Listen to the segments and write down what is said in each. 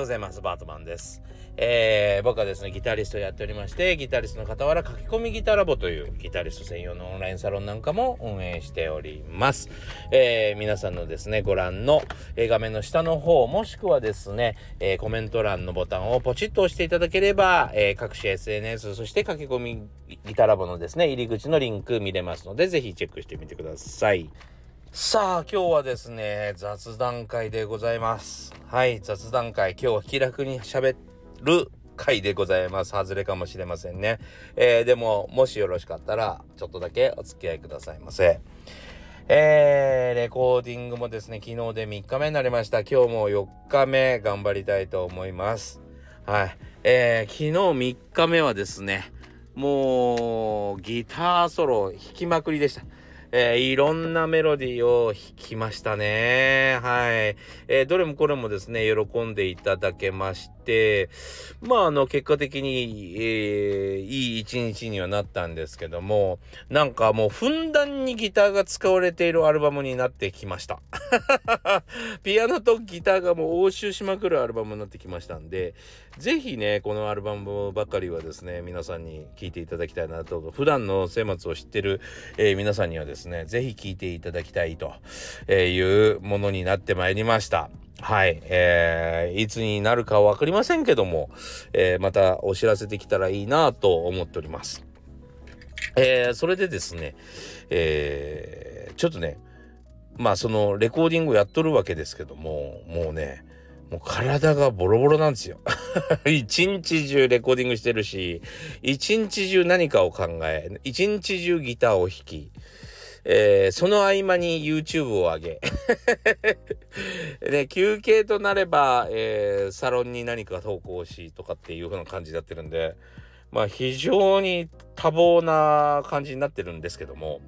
ございます。バートマンです。僕はですね、ギタリストをやっておりまして、ギタリストの傍ら書き込みギタラボというギタリスト専用のオンラインサロンなんかも運営しております。皆さんのですね、ご覧の画面の下の方、もしくはですね、コメント欄のボタンをポチッと押していただければ、各種 SNS、そして書き込みギタラボのですね、入り口のリンク見れますので、ぜひチェックしてみてください。さあ今日はですね雑談会でございます。はい、雑談会、今日は気楽に喋る会でございます。外れかもしれませんね。でももしよろしかったらちょっとだけお付き合いくださいませ。レコーディングもですね昨日で3日目になりました。今日も4日目頑張りたいと思います。はい、昨日3日目はですねもうギターソロ弾きまくりでした。いろんなメロディーを弾きましたね。はい。どれもこれもですね、喜んでいただけまして、結果的に、いい一日にはなったんですけども、なんかもうふんだんにギターが使われているアルバムになってきました。ピアノとギターがもう応酬しまくるアルバムになってきましたんで、ぜひね、このアルバムばかりはですね、皆さんに聴いていただきたいなと、普段の生末を知ってる、皆さんにはですねぜひ聴いていただきたいというものになってまいりました。はい、いつになるかは分かりませんけども、またお知らせできたらいいなと思っております。それでですね、ちょっとねそのレコーディングをやっとるわけですけども、もう体がボロボロなんですよ。一日中レコーディングしてるし、一日中何かを考え、一日中ギターを弾き、その合間に YouTube を上げで休憩となれば、サロンに何か投稿しとかっていう風な感じになってるんで、非常に多忙な感じになってるんですけども、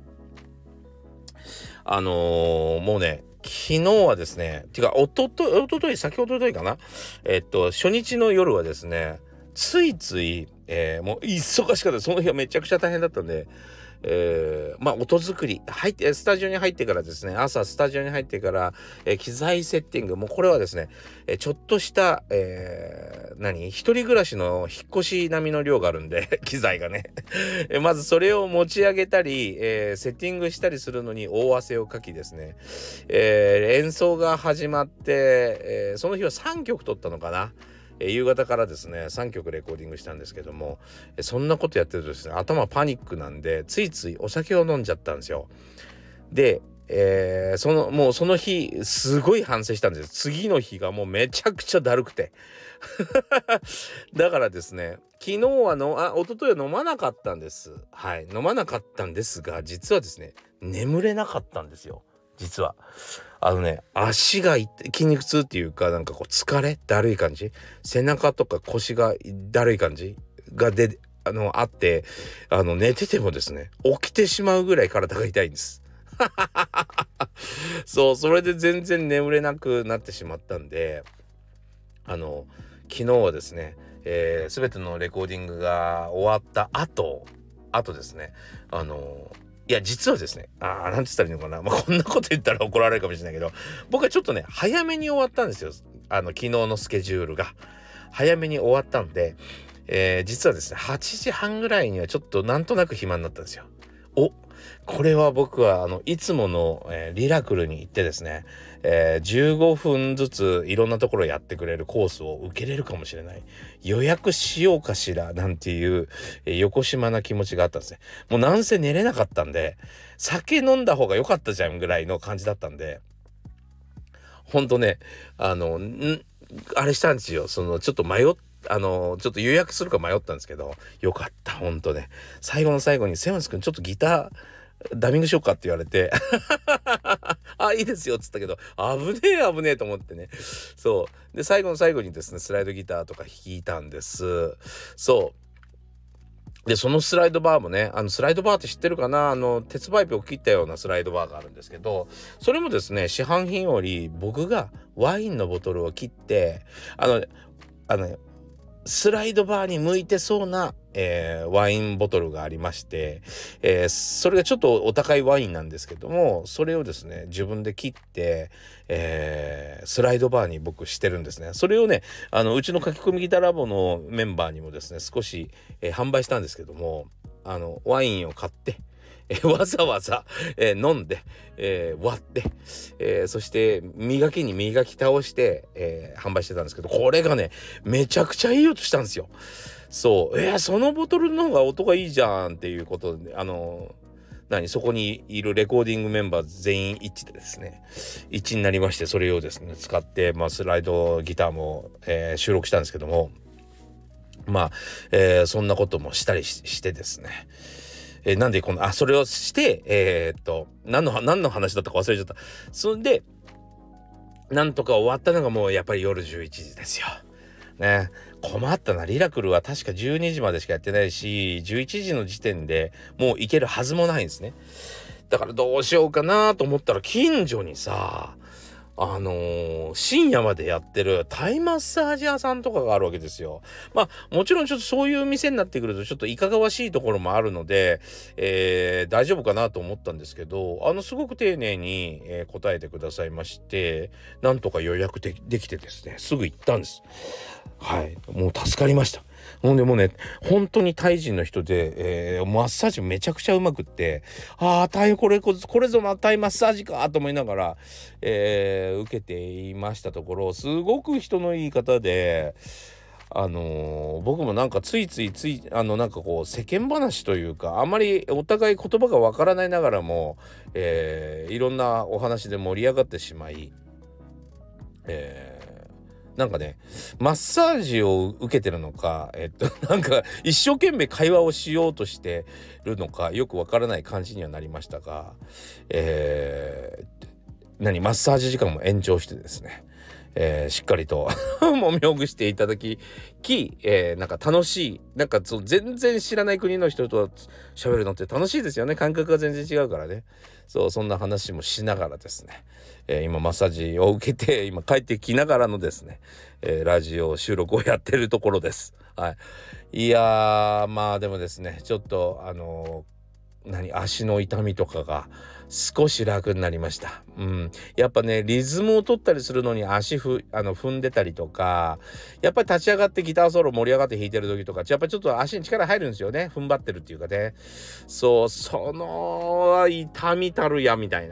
もうね昨日はですね先ほどかな、初日の夜はですねついつい、もう忙しかった。その日はめちゃくちゃ大変だったんで、音作りスタジオに入ってからですね、朝スタジオに入ってから、機材セッティング、もうこれはですね、ちょっとした、一人暮らしの引っ越し並みの量があるんで機材がねまずそれを持ち上げたり、セッティングしたりするのに大汗をかきですね、演奏が始まって、その日は3曲撮ったのかな。夕方からですね3曲レコーディングしたんですけども、そんなことやってるとですね頭パニックなんでついついお酒を飲んじゃったんですよ。で、もうその日すごい反省したんです。次の日がもうめちゃくちゃだるくてだからですね昨日は一昨日は飲まなかったんです。はい、飲まなかったんですが、実はですね眠れなかったんですよ。実は足が筋肉痛っていうか、なんかこう疲れだるい感じ、背中とか腰がだるい感じがあって、寝ててもですね起きてしまうぐらい体が痛いんですそう、それで全然眠れなくなってしまったんで、昨日はですね、全てのレコーディングが終わった後ですね、いや実はですねなんつったらいいのかな、こんなこと言ったら怒られるかもしれないけど、僕はちょっとね早めに終わったんですよ。昨日のスケジュールが早めに終わったんで、実はですね8時半ぐらいにはちょっとなんとなく暇になったんですよ。これは僕はいつもの、リラクルに行ってですね、15分ずついろんなところやってくれるコースを受けれるかもしれない、予約しようかしらなんていう、横島な気持ちがあったんですね。もうなんせ寝れなかったんで、酒飲んだ方が良かったじゃんぐらいの感じだったんで、ほんとねあれしたんですよ。ちょっとちょっと予約するか迷ったんですけど、よかった。ほんとね最後の最後にセマス君ちょっとギターダミングしようかって言われていいですよっつったけど、危ねえと思ってね。そうで最後の最後にですねスライドギターとか弾いたんです。でそのスライドバーもね、スライドバーって知ってるかな、鉄パイプを切ったようなスライドバーがあるんですけど、それもですね市販品より僕がワインのボトルを切ってスライドバーに向いてそうな、 ワインボトルがありまして、それがちょっとお高いワインなんですけども、それをですね自分で切って、スライドバーに僕してるんですね。それをねうちの書き込みギターラボのメンバーにもですね少し、販売したんですけども、ワインを買ってわざわざ、飲んで、割って、そして磨きに磨き倒して、販売してたんですけど、これがねめちゃくちゃいい音したんですよ。そう、そのボトルの方が音がいいじゃんっていうことで、そこにいるレコーディングメンバー全員一致でですね一致になりまして、それをですね使って、スライドギターも、収録したんですけども、そんなこともしたりしてですね、なんでそれをして何の話だったか忘れちゃった。それでなんとか終わったのがもうやっぱり夜11時ですよね。困ったな。リラクルは確か12時までしかやってないし、11時の時点でもう行けるはずもないんですね。だからどうしようかなと思ったら、近所にさ深夜までやってるタイマッサージ屋さんとかがあるわけですよ。もちろんちょっとそういう店になってくるとちょっといかがわしいところもあるので、大丈夫かなと思ったんですけど、すごく丁寧に、答えてくださいまして、なんとか予約できてですね、すぐ行ったんです。はい、もう助かりました。ほんでもうね本当にタイ人の人で、マッサージめちゃくちゃうまくって、これぞなタイマッサージかと思いながら、受けていましたところ、すごく人のいい方で、僕もなんかついなんかこう世間話というか、あまりお互い言葉がわからないながらも、いろんなお話で盛り上がってしまい、なんかねマッサージを受けてるのか、なんか一生懸命会話をしようとしてるのかよくわからない感じにはなりましたが、マッサージ時間も延長してですね、しっかりともみほぐしていただき、なんか楽しい、なんか全然知らない国の人と喋るのって楽しいですよね。感覚が全然違うからね。そんな話もしながらですね、今マッサージを受けて今帰ってきながらのですね、ラジオ収録をやってるところです。はい。いやーでもですねちょっと足の痛みとかが少し楽になりました。やっぱねリズムを取ったりするのに踏んでたりとか、やっぱり立ち上がってギターソロ盛り上がって弾いてる時とかやっぱりちょっと足に力入るんですよね。踏ん張ってるっていうかね。その痛みたるやみたいな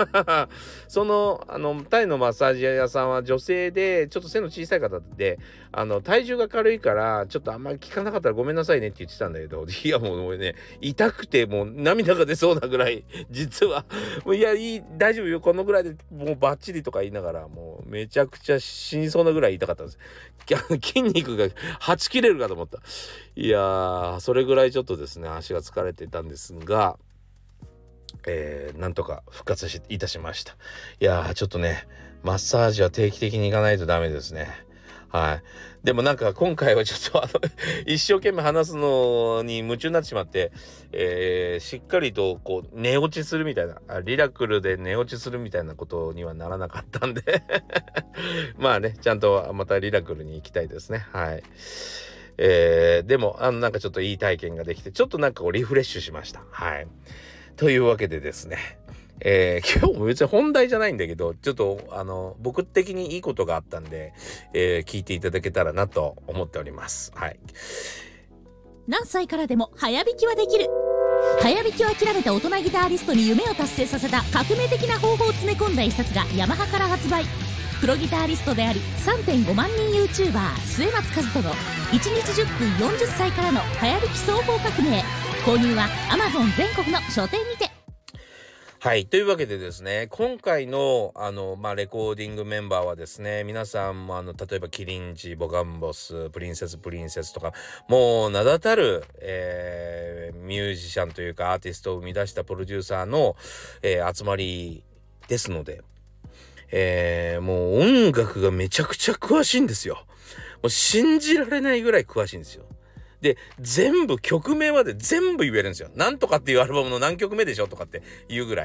タイのマッサージ屋さんは女性でちょっと背の小さい方で、体重が軽いからちょっとあんまり効かなかったらごめんなさいねって言ってたんだけど、いやもうね痛くてもう涙が出そうなぐらい実はもう大丈夫よこのぐらいでもうバッチリとか言いながら、もうめちゃくちゃ死にそうなぐらい痛かったんです。筋肉がはち切れるかと思った。いやーそれぐらいちょっとですね足が疲れてたんですが、なんとか復活いたしました。いやーちょっとねマッサージは定期的に行かないとダメですね。はい。でもなんか今回はちょっと一生懸命話すのに夢中になってしまって、しっかりとこう寝落ちするみたいな、リラクルで寝落ちするみたいなことにはならなかったんでちゃんとまたリラクルに行きたいですね。はい。でもなんかちょっといい体験ができて、ちょっとなんかこうリフレッシュしました。はい。というわけでですね、今日も別に本題じゃないんだけど、ちょっと僕的にいいことがあったんで、聞いていただけたらなと思っております。はい。 何歳からでも早弾きはできる。早弾きを諦めた大人ギタリストに夢を達成させた革命的な方法を詰め込んだ一冊がヤマハから発売。プロギタリストであり 3.5 万人 YouTuber 末松和人の1日10分40歳からの早弾き双方革命。購入は Amazon 全国の書店にて。 はい。というわけでですね、今回の、レコーディングメンバーはですね、皆さんも例えばキリンジ、ボガンボス、プリンセスとか、もう名だたる、ミュージシャンというかアーティストを生み出したプロデューサーの、集まりですので、もう音楽がめちゃくちゃ詳しいんですよ。もう信じられないぐらい詳しいんですよ。で曲名まで全部言えるんですよ。なんとかっていうアルバムの何曲目でしょとかっていうぐらい、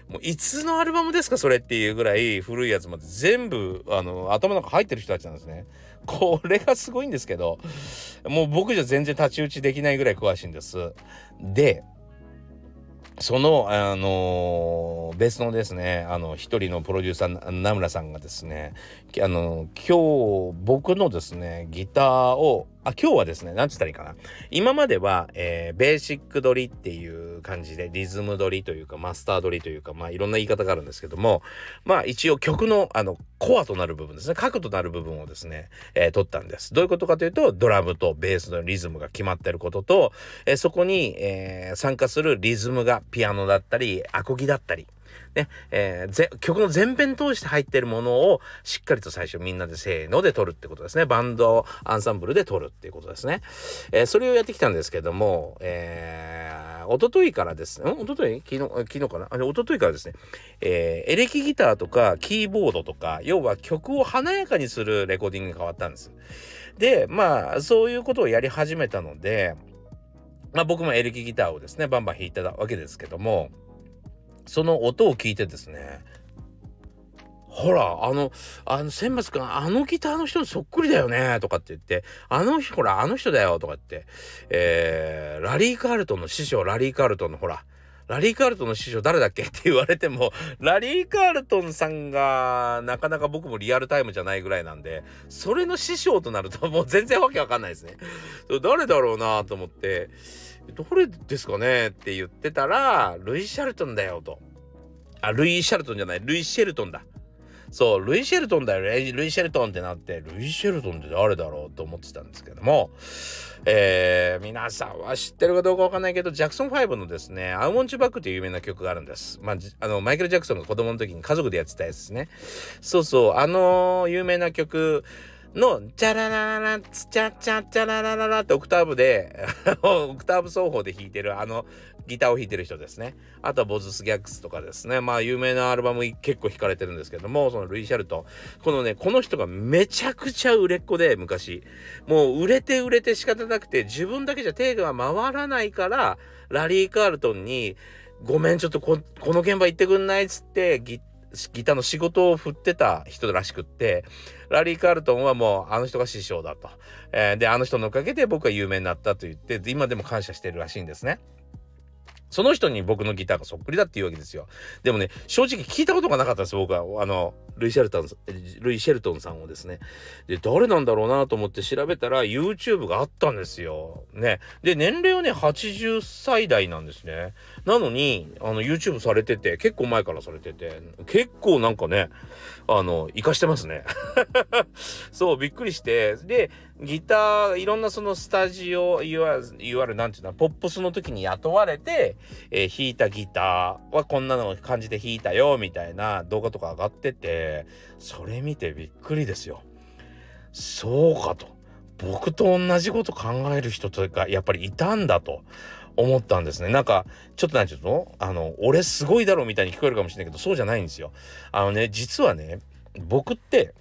もういつのアルバムですかそれっていうぐらい古いやつまで全部頭の中入ってる人たちなんですね。これがすごいんですけど、もう僕じゃ全然太刀打ちできないぐらい詳しいんです。でそのベースのですね一人のプロデューサー名村さんがですね今日僕のですねギターを今日はですねなんつったらいいかな、今までは、ベーシック撮りっていう感じでリズム撮りというかマスター撮りというかいろんな言い方があるんですけども、一応曲のコアとなる部分ですね、核となる部分をですね、撮ったんです。どういうことかというとドラムとベースのリズムが決まってることと、そこに、参加するリズムがピアノだったりアコギだったりね、曲の全編通して入ってるものをしっかりと最初みんなでせーので撮るってことですね。バンドアンサンブルで撮るっていうことですね。それをやってきたんですけども、一昨日からですね、昨日かな、一昨日からですね、エレキギターとかキーボードとか、要は曲を華やかにするレコーディングが変わったんです。でそういうことをやり始めたので、僕もエレキギターをですねバンバン弾いてたわけですけども、その音を聞いてですね、ほら千松くんギターの人にそっくりだよねとかって言って、ほらあの人だよとかって、ラリー・カールトンの師匠ラリー・カールトンの師匠誰だっけって言われても、ラリー・カールトンさんがなかなか僕もリアルタイムじゃないぐらいなんで、それの師匠となるともう全然わけわかんないですね。誰だろうなと思って、どれですかねって言ってたら、ルイ・シャルトンだよと。ルイ・シャルトンじゃない、ルイ・シェルトンだ。そう、ルイ・シェルトンだよ、ルイ・シェルトンってなって、ルイ・シェルトンって誰だろうと思ってたんですけども、皆さんは知ってるかどうかわかんないけど、ジャクソン5のですね、I Want You Backっていう有名な曲があるんです。マイケル・ジャクソンが子供の時に家族でやってたやつですね。そうそう、有名な曲のチャララララツチャチャチャララララってオクターブでオクターブ奏法で弾いてるギターを弾いてる人ですね。あとはボズス・ギャックスとかですね、有名なアルバム結構弾かれてるんですけども、そのルイ・シャルトン、この人がめちゃくちゃ売れっ子で、昔もう売れて仕方なくて、自分だけじゃ手が回らないから、ラリー・カールトンにごめんちょっとこの現場行ってくんないっつってギターの仕事を振ってた人らしくって、ラリー・カールトンはもう人が師匠だと、で人のおかげで僕は有名になったと言って、今でも感謝してるらしいんですね。その人に僕のギターがそっくりだっていうわけですよ。でもね、正直聞いたことがなかったんです、僕は。ルイ・シェルトンさんをですね。で、誰なんだろうなと思って調べたら YouTube があったんですよ。ね。で、年齢はね、80歳代なんですね。なのに、YouTube されてて、結構前からされてて、結構なんかね、活かしてますね。そう、びっくりして。で、ギター、いろんなそのスタジオ、いわゆるなんていうの、ポップスの時に雇われて、弾いたギターはこんなの感じで弾いたよ、みたいな動画とか上がってて、それ見てびっくりですよ。そうかと。僕と同じこと考える人とかやっぱりいたんだと思ったんですね。なんかちょっとなんていうの、俺すごいだろみたいに聞こえるかもしれないけど、そうじゃないんですよ。実はね、僕って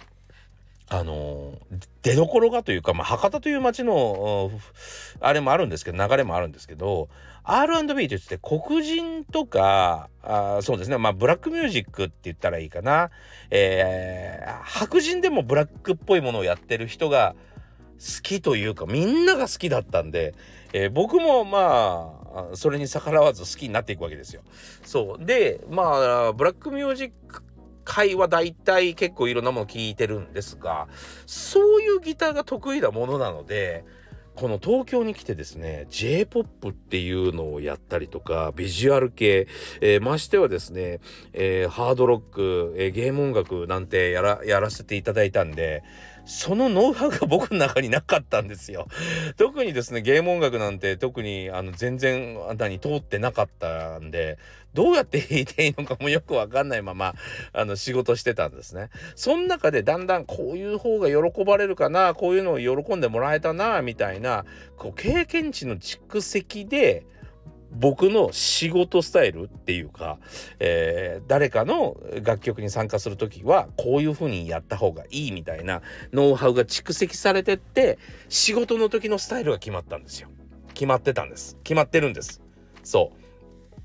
出どころがというか、博多という町のあれもあるんですけど、流れもあるんですけど、 R&B と言って黒人とかそうですね、ブラックミュージックって言ったらいいかな、白人でもブラックっぽいものをやってる人が好きというか、みんなが好きだったんで、僕もそれに逆らわず好きになっていくわけですよ。そうで、ブラックミュージック会はだいたい結構いろんなもの聞いてるんですが、そういうギターが得意なものなので、この東京に来てですね J-POP っていうのをやったりとか、ビジュアル系、ましてはですね、ハードロック、ゲーム音楽なんてやらせていただいたんで、そのノウハウが僕の中になかったんですよ。特にですね、ゲーム音楽なんて特に全然通ってなかったんで、どうやって弾いていいのかもよくわかんないまま仕事してたんですね。その中でだんだんこういう方が喜ばれるかな、こういうのを喜んでもらえたなみたいな、経験値の蓄積で僕の仕事スタイルっていうか、誰かの楽曲に参加するときはこういう風にやった方がいいみたいなノウハウが蓄積されてって、仕事の時のスタイルが決まったんですよ。決まってるんです。そう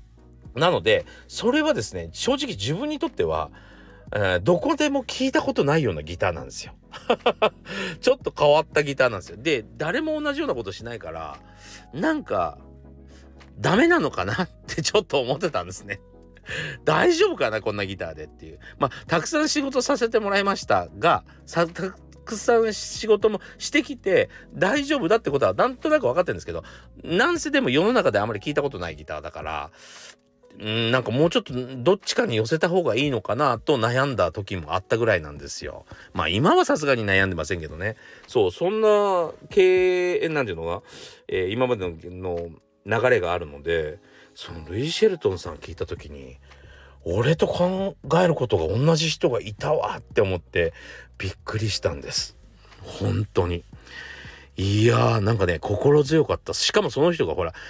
なのでそれはですね、正直自分にとっては、どこでも聞いたことないようなギターなんですよちょっと変わったギターなんですよ。で、誰も同じようなことしないから、なんかダメなのかなってちょっと思ってたんですね大丈夫かなこんなギターでっていう。たくさん仕事させてもらいましたが、たくさん仕事もしてきて大丈夫だってことはなんとなく分かってるんですけど、なんせでも世の中であまり聞いたことないギターだから、なんかもうちょっとどっちかに寄せた方がいいのかなと悩んだ時もあったぐらいなんですよ。今はさすがに悩んでませんけどね。そう、そんななんていうのが、今までの流れがあるので、そのルイ・シェルトンさん聞いた時に、俺と考えることが同じ人がいたわって思ってびっくりしたんです。本当に。いやー、なんかね、心強かった。しかもその人がほら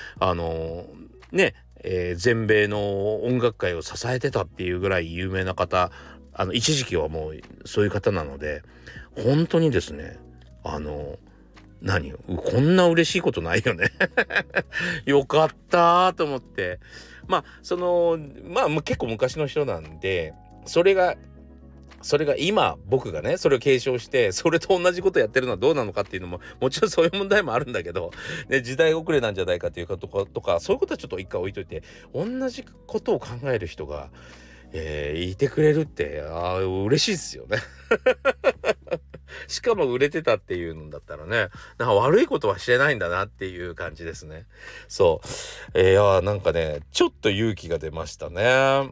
全米の音楽界を支えてたっていうぐらい有名な方、一時期はもうそういう方なので、本当にですね、こんな嬉しいことないよねよかったと思って、結構昔の人なんで、それが今僕がねそれを継承してそれと同じことやってるのはどうなのかっていうのももちろんそういう問題もあるんだけど、ね、時代遅れなんじゃないかっていうかとかそういうことはちょっと一回置いといて、同じことを考える人が、いてくれるって嬉しいですよねしかも売れてたっていうのだったらね、なんか悪いことはしてないんだなっていう感じですね。そう、なんかねちょっと勇気が出ましたね。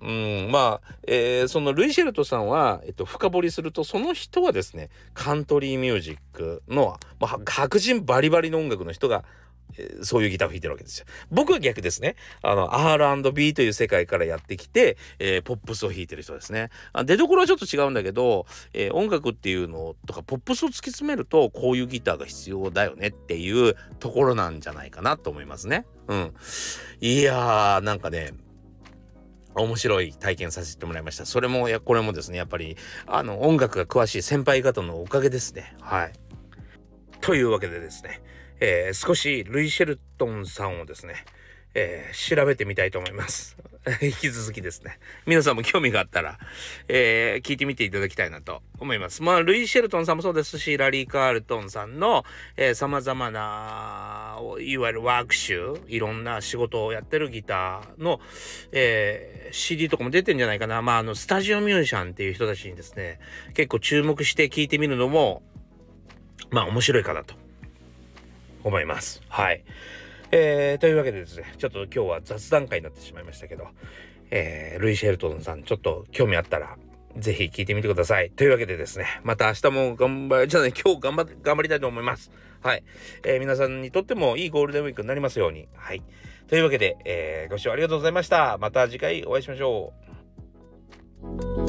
そのルイ・シェルトさんは、深掘りすると、その人はですねカントリーミュージックの、白人バリバリの音楽の人がそういうギターを弾いてるわけですよ。僕は逆ですね。R&B という世界からやってきて、ポップスを弾いてる人ですね。出所はちょっと違うんだけど、音楽っていうのとかポップスを突き詰めるとこういうギターが必要だよねっていうところなんじゃないかなと思いますね。いやー、なんかね面白い体験させてもらいました。それもこれもですね、やっぱり音楽が詳しい先輩方のおかげですね。はい。というわけでですね、少しルイ・シェルトンさんをですね、調べてみたいと思います引き続きですね、皆さんも興味があったら、聞いてみていただきたいなと思います。ルイ・シェルトンさんもそうですし、ラリー・カールトンさんの様々ないわゆるワーク集、いろんな仕事をやってるギターの、CD とかも出てんじゃないかな。スタジオミュージシャンっていう人たちにですね結構注目して聞いてみるのも面白いかなと思います。はい。というわけでですね、ちょっと今日は雑談会になってしまいましたけど、ルイ・シェルトンさんちょっと興味あったらぜひ聞いてみてください。というわけでですね、また明日も今日頑張りたいと思います。はい。皆さんにとってもいいゴールデンウィークになりますように。はい。というわけで、ご視聴ありがとうございました。また次回お会いしましょう。